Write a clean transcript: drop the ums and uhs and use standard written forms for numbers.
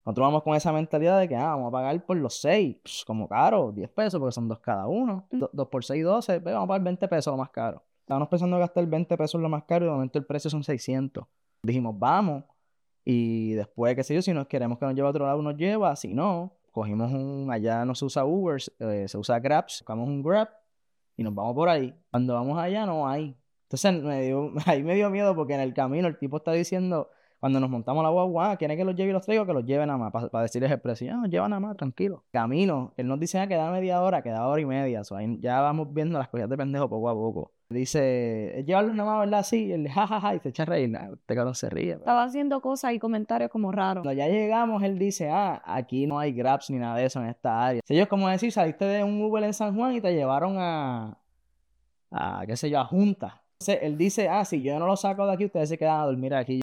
Nosotros vamos con esa mentalidad de que vamos a pagar por los 6, como caro, 10 pesos, porque son 2 cada uno. 2 por 6, 12, pues vamos a pagar 20 pesos lo más caro. Estábamos pensando en gastar 20 pesos lo más caro y de momento el precio son 600. Dijimos, vamos. Y después, qué sé yo, si nos queremos que nos lleve a otro lado, nos lleva. Si no, cogimos allá no se usa Uber, se usa Grab, buscamos un Grab y nos vamos por ahí. Cuando vamos allá no hay. Entonces ahí me dio miedo porque en el camino el tipo está diciendo, cuando nos montamos la guagua, ¿quieren que los lleve y los traigo? Que los lleve nada más, para decirles el precio. Ya, nos lleva nada más, tranquilo. Camino, él nos dice que da media hora, queda hora y media. Ahí ya vamos viendo las cosas de pendejo poco a poco. Dice, llevarlos nada más, ¿verdad? Sí, el jajaja, y se echa a reír. Nah, este cabrón se ríe. Estaba haciendo cosas y comentarios como raros. Cuando ya llegamos, él dice, aquí no hay Grabs ni nada de eso en esta área. Si ellos, como decir, saliste de un Uber en San Juan y te llevaron qué sé yo, a Junta. Entonces, él dice, si yo no lo saco de aquí, ustedes se quedan a dormir aquí.